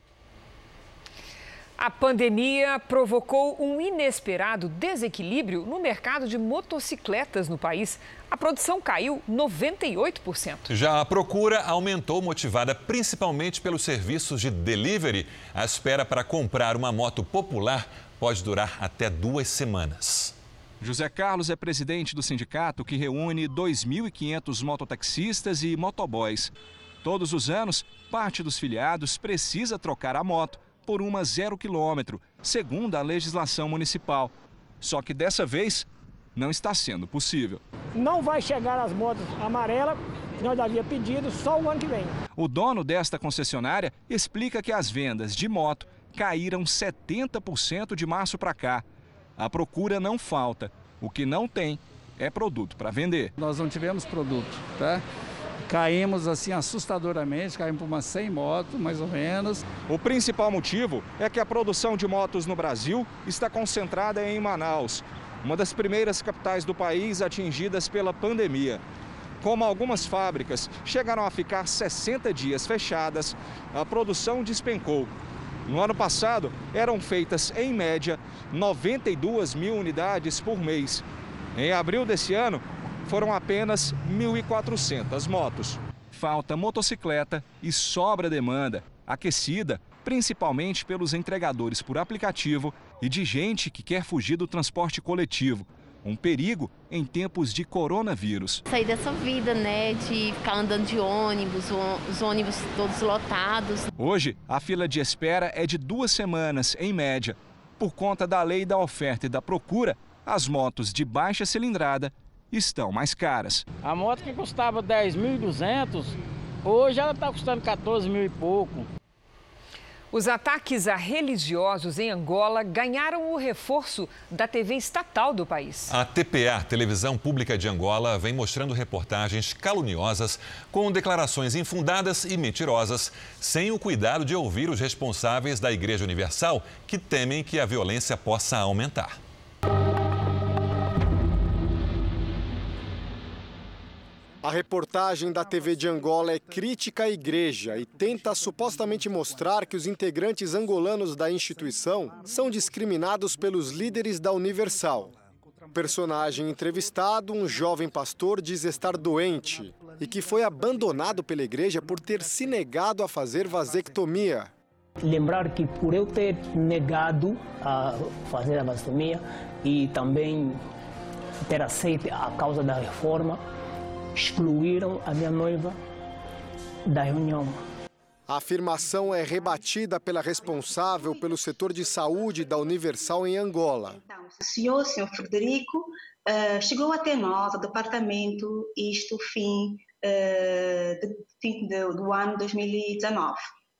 Speaker 2: A pandemia provocou um inesperado desequilíbrio no mercado de motocicletas no país. A produção caiu noventa e oito por cento.
Speaker 3: Já a procura aumentou, motivada principalmente pelos serviços de delivery. A espera para comprar uma moto popular pode durar até duas semanas.
Speaker 16: José Carlos é presidente do sindicato que reúne dois mil e quinhentos mototaxistas e motoboys. Todos os anos, parte dos filiados precisa trocar a moto por uma zero quilômetro, segundo a legislação municipal. Só que dessa vez não está sendo possível.
Speaker 14: Não vai chegar as motos amarelas que nós havia pedido só o ano que vem.
Speaker 16: O dono desta concessionária explica que as vendas de moto caíram setenta por cento de março para cá. A procura não falta. O que não tem é produto para vender.
Speaker 17: Nós não tivemos produto, tá? Caímos assim assustadoramente, caímos por umas cem motos, mais ou menos.
Speaker 16: O principal motivo é que a produção de motos no Brasil está concentrada em Manaus, uma das primeiras capitais do país atingidas pela pandemia. Como algumas fábricas chegaram a ficar sessenta dias fechadas, a produção despencou. No ano passado, eram feitas, em média, noventa e duas mil unidades por mês. Em abril desse ano, foram apenas mil e quatrocentas motos. Falta motocicleta e sobra demanda, aquecida principalmente pelos entregadores por aplicativo e de gente que quer fugir do transporte coletivo. Um perigo em tempos de coronavírus.
Speaker 18: Sair dessa vida, né, de ficar andando de ônibus, os ônibus todos lotados.
Speaker 16: Hoje, a fila de espera é de duas semanas, em média. Por conta da lei da oferta e da procura, as motos de baixa cilindrada estão mais caras.
Speaker 5: A moto que custava dez mil e duzentos, hoje ela está custando quatorze mil e pouco.
Speaker 2: Os ataques a religiosos em Angola ganharam o reforço da T V estatal do país.
Speaker 3: A T P A, Televisão Pública de Angola, vem mostrando reportagens caluniosas com declarações infundadas e mentirosas, sem o cuidado de ouvir os responsáveis da Igreja Universal, que temem que a violência possa aumentar.
Speaker 32: A reportagem da T V de Angola é crítica à igreja e tenta supostamente mostrar que os integrantes angolanos da instituição são discriminados pelos líderes da Universal. O personagem entrevistado, um jovem pastor, diz estar doente e que foi abandonado pela igreja por ter se negado a fazer vasectomia.
Speaker 9: Lembrar que por eu ter negado a fazer a vasectomia e também ter aceito a causa da reforma, excluíram a minha noiva da reunião.
Speaker 32: A afirmação é rebatida pela responsável pelo setor de saúde da Universal em Angola.
Speaker 10: O senhor, o senhor Frederico, uh, chegou até nós, ao departamento, isto fim, uh, de, fim de, do ano dois mil e dezenove,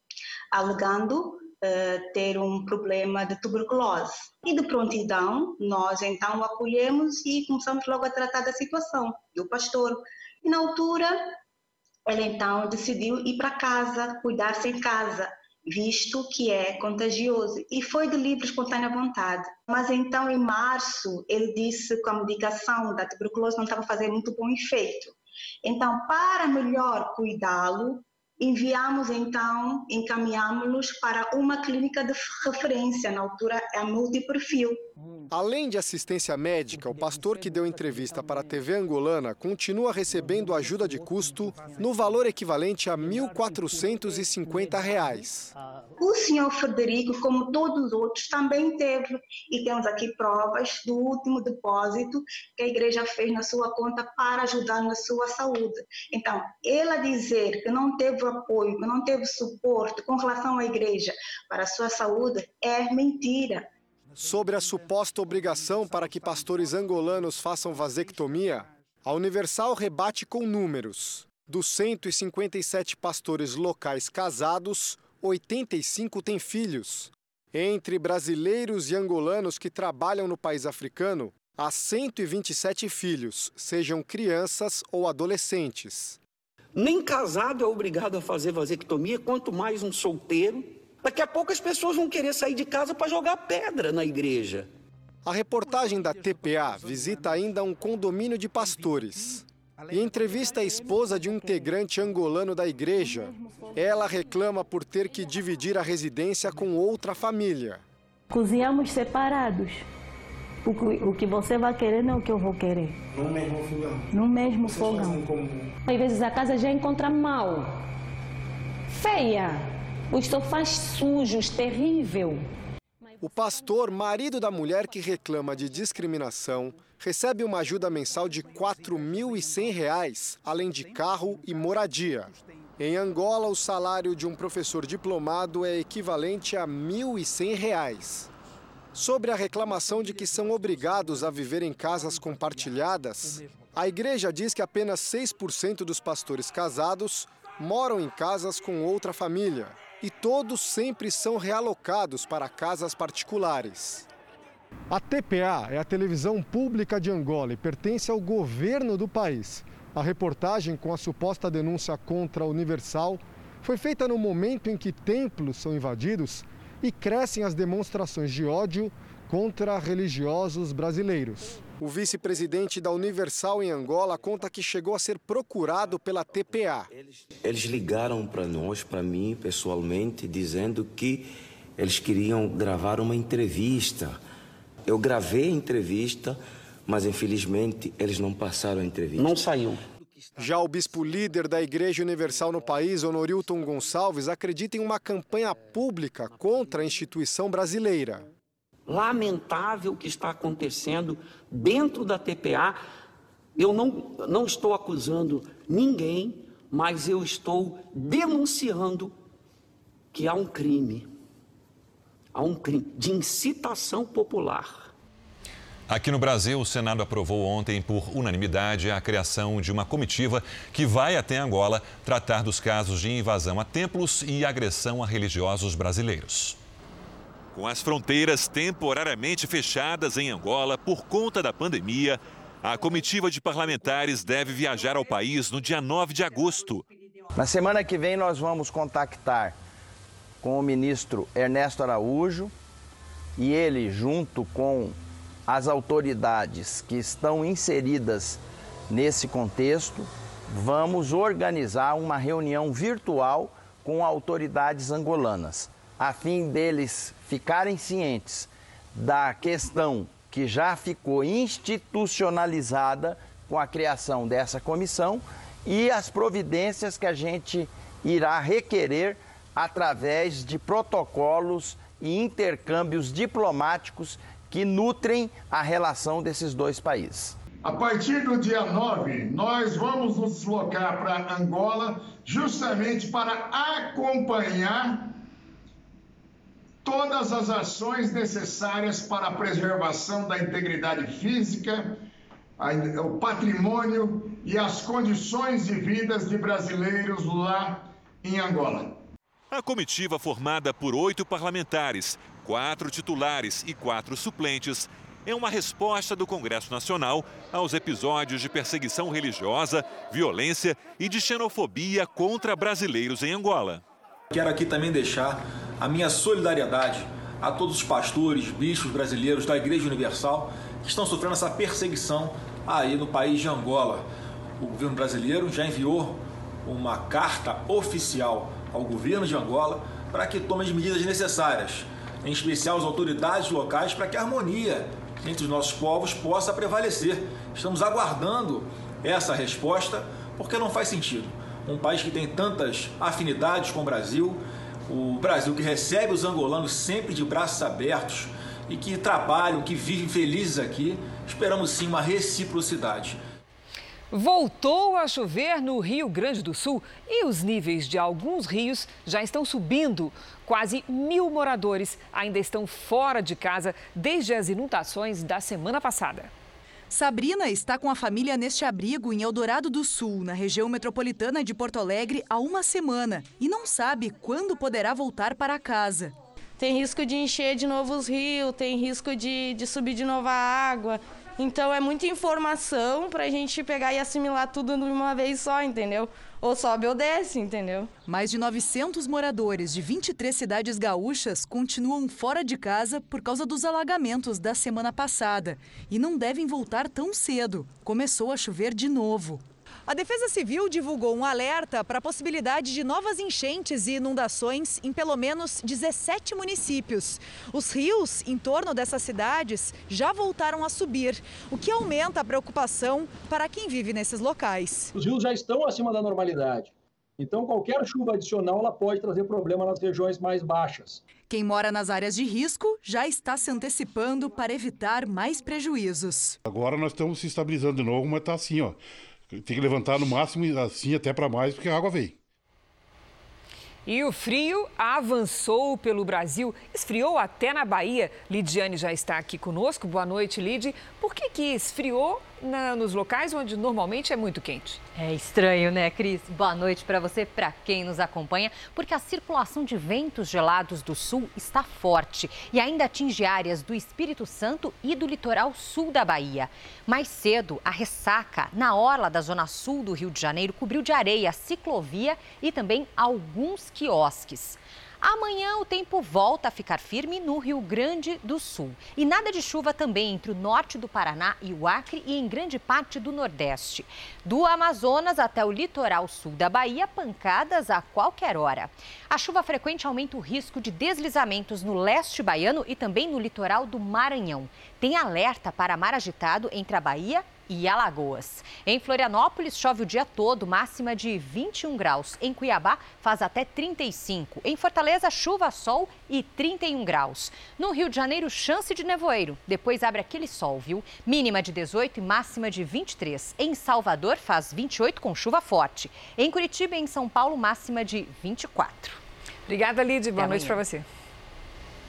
Speaker 10: alegando uh, ter um problema de tuberculose. E de prontidão, nós então o acolhemos e começamos logo a tratar da situação do pastor. E na altura, ele então decidiu ir para casa, cuidar-se em casa, visto que é contagioso. E foi de livre, espontânea vontade. Mas então, em março, ele disse que a medicação da tuberculose não estava fazendo muito bom efeito. Então, para melhor cuidá-lo, enviamos então, encaminhamos-los para uma clínica de referência, na altura é a multiperfil.
Speaker 32: Além de assistência médica, o pastor que deu entrevista para a T V angolana continua recebendo ajuda de custo no valor equivalente a mil quatrocentos e cinquenta reais.
Speaker 10: O senhor Frederico, como todos os outros, também teve, e temos aqui provas do último depósito que a igreja fez na sua conta para ajudar na sua saúde. Então, ela dizer que não teve apoio, que não teve suporte com relação à igreja para a sua saúde é mentira.
Speaker 32: Sobre a suposta obrigação para que pastores angolanos façam vasectomia, a Universal rebate com números. Dos cento e cinquenta e sete pastores locais casados, oitenta e cinco têm filhos. Entre brasileiros e angolanos que trabalham no país africano, há cento e vinte e sete filhos, sejam crianças ou adolescentes.
Speaker 11: Nem casado é obrigado a fazer vasectomia, quanto mais um solteiro. Daqui a pouco as pessoas vão querer sair de casa para jogar pedra na igreja.
Speaker 32: A reportagem da T P A visita ainda um condomínio de pastores e entrevista a esposa de um integrante angolano da igreja. Ela reclama por ter que dividir a residência com outra família.
Speaker 9: Cozinhamos separados. O que, o que você vai querer não é o que eu vou querer.
Speaker 32: No mesmo fogão?
Speaker 9: No mesmo fogão. Às vezes a casa já encontra mal. Feia. Os sofás sujos, terrível.
Speaker 32: O pastor, marido da mulher que reclama de discriminação, recebe uma ajuda mensal de quatro mil e cem reais, além de carro e moradia. Em Angola, o salário de um professor diplomado é equivalente a mil e cem reais. Sobre a reclamação de que são obrigados a viver em casas compartilhadas, a igreja diz que apenas seis por cento dos pastores casados moram em casas com outra família. E todos sempre são realocados para casas particulares. A T P A é a televisão pública de Angola e pertence ao governo do país. A reportagem com a suposta denúncia contra a Universal foi feita no momento em que templos são invadidos e crescem as demonstrações de ódio contra religiosos brasileiros. O vice-presidente da Universal em Angola conta que chegou a ser procurado pela T P A.
Speaker 12: Eles ligaram para nós, para mim pessoalmente, dizendo que eles queriam gravar uma entrevista. Eu gravei a entrevista, mas infelizmente eles não passaram a entrevista.
Speaker 11: Não saiu.
Speaker 32: Já o bispo líder da Igreja Universal no país, Honorilton Gonçalves, acredita em uma campanha pública contra a instituição brasileira.
Speaker 11: Lamentável o que está acontecendo dentro da T P A. Eu não, não estou acusando ninguém, mas eu estou denunciando que há um crime. Há um crime de incitação popular.
Speaker 3: Aqui no Brasil, o Senado aprovou ontem, por unanimidade, a criação de uma comitiva que vai até Angola tratar dos casos de invasão a templos e agressão a religiosos brasileiros. Com as fronteiras temporariamente fechadas em Angola por conta da pandemia, a comitiva de parlamentares deve viajar ao país no dia nove de agosto.
Speaker 6: Na semana que vem, nós vamos contactar com o ministro Ernesto Araújo e ele, junto com as autoridades que estão inseridas nesse contexto, vamos organizar uma reunião virtual com autoridades angolanas, a fim deles ficarem cientes da questão que já ficou institucionalizada com a criação dessa comissão e as providências que a gente irá requerer através de protocolos e intercâmbios diplomáticos que nutrem a relação desses dois países.
Speaker 13: A partir do dia nove, nós vamos nos deslocar para Angola justamente para acompanhar todas as ações necessárias para a preservação da integridade física, o patrimônio e as condições de vida de brasileiros lá em Angola.
Speaker 3: A comitiva, formada por oito parlamentares, quatro titulares e quatro suplentes, é uma resposta do Congresso Nacional aos episódios de perseguição religiosa, violência e de xenofobia contra brasileiros em Angola.
Speaker 15: Quero aqui também deixar a minha solidariedade a todos os pastores, bispos brasileiros da Igreja Universal que estão sofrendo essa perseguição aí no país de Angola. O governo brasileiro já enviou uma carta oficial ao governo de Angola para que tome as medidas necessárias, em especial as autoridades locais, para que a harmonia entre os nossos povos possa prevalecer. Estamos aguardando essa resposta, porque não faz sentido. Um país que tem tantas afinidades com o Brasil, o Brasil que recebe os angolanos sempre de braços abertos e que trabalham, que vivem felizes aqui, esperamos sim uma reciprocidade.
Speaker 2: Voltou a chover no Rio Grande do Sul e os níveis de alguns rios já estão subindo. Quase mil moradores ainda estão fora de casa desde as inundações da semana passada.
Speaker 19: Sabrina está com a família neste abrigo em Eldorado do Sul, na região metropolitana de Porto Alegre, há uma semana e não sabe quando poderá voltar para casa.
Speaker 20: Tem risco de encher de novo os rios, tem risco de, de subir de novo a água. Então é muita informação para a gente pegar e assimilar tudo de uma vez só, entendeu? Ou sobe ou desce, entendeu?
Speaker 19: Mais de novecentos moradores de vinte e três cidades gaúchas continuam fora de casa por causa dos alagamentos da semana passada e não devem voltar tão cedo. Começou a chover de novo. A Defesa Civil divulgou um alerta para a possibilidade de novas enchentes e inundações em pelo menos dezessete municípios. Os rios em torno dessas cidades já voltaram a subir, o que aumenta a preocupação para quem vive nesses locais.
Speaker 21: Os rios já estão acima da normalidade, então qualquer chuva adicional ela pode trazer problema nas regiões mais baixas.
Speaker 19: Quem mora nas áreas de risco já está se antecipando para evitar mais prejuízos.
Speaker 22: Agora nós estamos se estabilizando de novo, mas está assim, ó. Tem que levantar no máximo, assim até para mais, porque a água veio.
Speaker 2: E o frio avançou pelo Brasil, esfriou até na Bahia. Lidiane já está aqui conosco. Boa noite, Lid. Por que que esfriou na, nos locais onde normalmente é muito quente?
Speaker 23: É estranho, né, Cris? Boa noite para você, para quem nos acompanha, porque a circulação de ventos gelados do sul está forte e ainda atinge áreas do Espírito Santo e do litoral sul da Bahia. Mais cedo, a ressaca na orla da zona sul do Rio de Janeiro cobriu de areia a ciclovia e também alguns quiosques. Amanhã o tempo volta a ficar firme no Rio Grande do Sul. E nada de chuva também entre o norte do Paraná e o Acre e em grande parte do Nordeste. Do Amazonas até o litoral sul da Bahia, pancadas a qualquer hora. A chuva frequente aumenta o risco de deslizamentos no leste baiano e também no litoral do Maranhão. Tem alerta para mar agitado entre a Bahia e Alagoas. Em Florianópolis, chove o dia todo, máxima de vinte e um graus. Em Cuiabá, faz até trinta e cinco. Em Fortaleza, chuva, sol e trinta e um graus. No Rio de Janeiro, chance de nevoeiro. Depois abre aquele sol, viu? Mínima de dezoito e máxima de vinte e três. Em Salvador, faz vinte e oito com chuva forte. Em Curitiba e em São Paulo, máxima de vinte e quatro.
Speaker 2: Obrigada, Lid. Boa noite para você.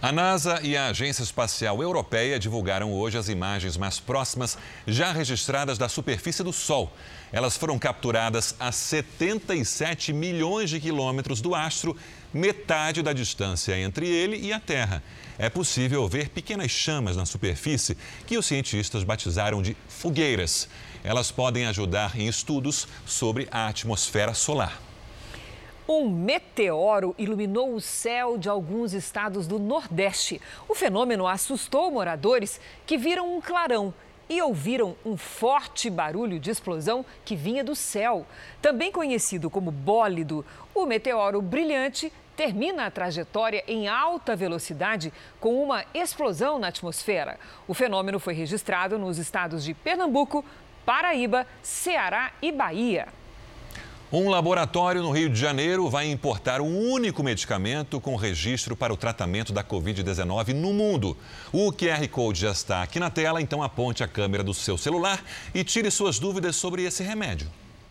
Speaker 3: A NASA e a Agência Espacial Europeia divulgaram hoje as imagens mais próximas já registradas da superfície do Sol. Elas foram capturadas a setenta e sete milhões de quilômetros do astro, metade da distância entre ele e a Terra. É possível ver pequenas chamas na superfície que os cientistas batizaram de fogueiras. Elas podem ajudar em estudos sobre a atmosfera solar.
Speaker 2: Um meteoro iluminou o céu de alguns estados do Nordeste. O fenômeno assustou moradores que viram um clarão e ouviram um forte barulho de explosão que vinha do céu. Também conhecido como bólido, o meteoro brilhante termina a trajetória em alta velocidade com uma explosão na atmosfera. O fenômeno foi registrado nos estados de Pernambuco, Paraíba, Ceará e Bahia.
Speaker 3: Um laboratório no Rio de Janeiro vai importar o único medicamento com registro para o tratamento da covid dezenove no mundo. O Q R Code já está aqui na tela, então aponte a câmera do seu celular e tire suas dúvidas sobre esse remédio.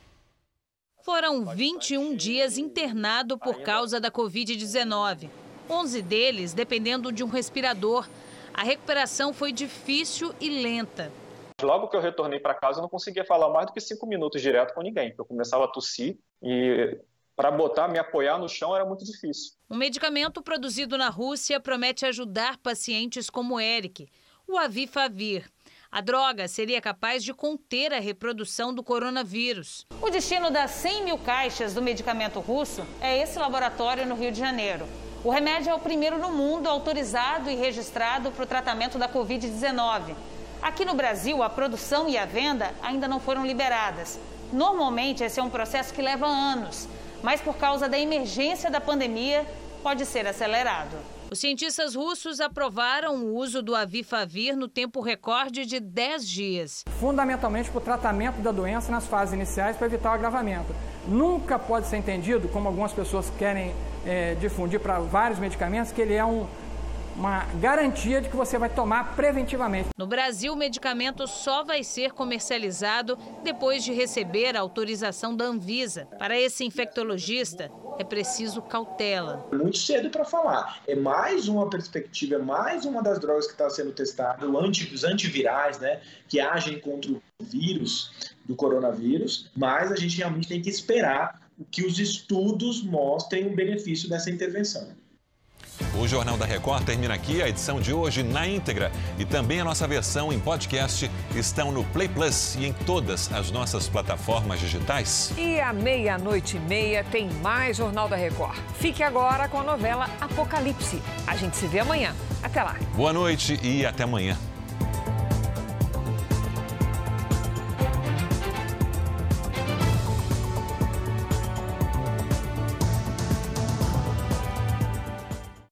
Speaker 1: Foram vinte e um dias internado por causa da covid dezenove. onze deles dependendo de um respirador. A recuperação foi difícil e lenta.
Speaker 4: Logo que eu retornei para casa, eu não conseguia falar mais do que cinco minutos direto com ninguém. Eu começava a tossir e para botar, me apoiar no chão era muito difícil.
Speaker 1: Um medicamento produzido na Rússia promete ajudar pacientes como Eric, o Avifavir. A droga seria capaz de conter a reprodução do coronavírus.
Speaker 7: O destino das cem mil caixas do medicamento russo é esse laboratório no Rio de Janeiro. O remédio é o primeiro no mundo autorizado e registrado para o tratamento da covid dezenove. Aqui no Brasil, a produção e a venda ainda não foram liberadas. Normalmente, esse é um processo que leva anos, mas por causa da emergência da pandemia, pode ser acelerado.
Speaker 1: Os cientistas russos aprovaram o uso do Avifavir no tempo recorde de dez dias.
Speaker 8: Fundamentalmente para o tratamento da doença nas fases iniciais para evitar o agravamento. Nunca pode ser entendido, como algumas pessoas querem é, difundir para vários medicamentos, que ele é um... uma garantia de que você vai tomar preventivamente.
Speaker 1: No Brasil, o medicamento só vai ser comercializado depois de receber a autorização da Anvisa. Para esse infectologista, é preciso cautela.
Speaker 24: Muito cedo para falar. É mais uma perspectiva, é mais uma das drogas que está sendo testada, os antivirais, né, que agem contra o vírus do coronavírus, mas a gente realmente tem que esperar que os estudos mostrem o benefício dessa intervenção.
Speaker 3: O Jornal da Record termina aqui. A edição de hoje na íntegra e também a nossa versão em podcast estão no Play Plus e em todas as nossas plataformas digitais.
Speaker 2: E à meia-noite e meia tem mais Jornal da Record. Fique agora com a novela Apocalipse. A gente se vê amanhã. Até lá.
Speaker 3: Boa noite e até amanhã.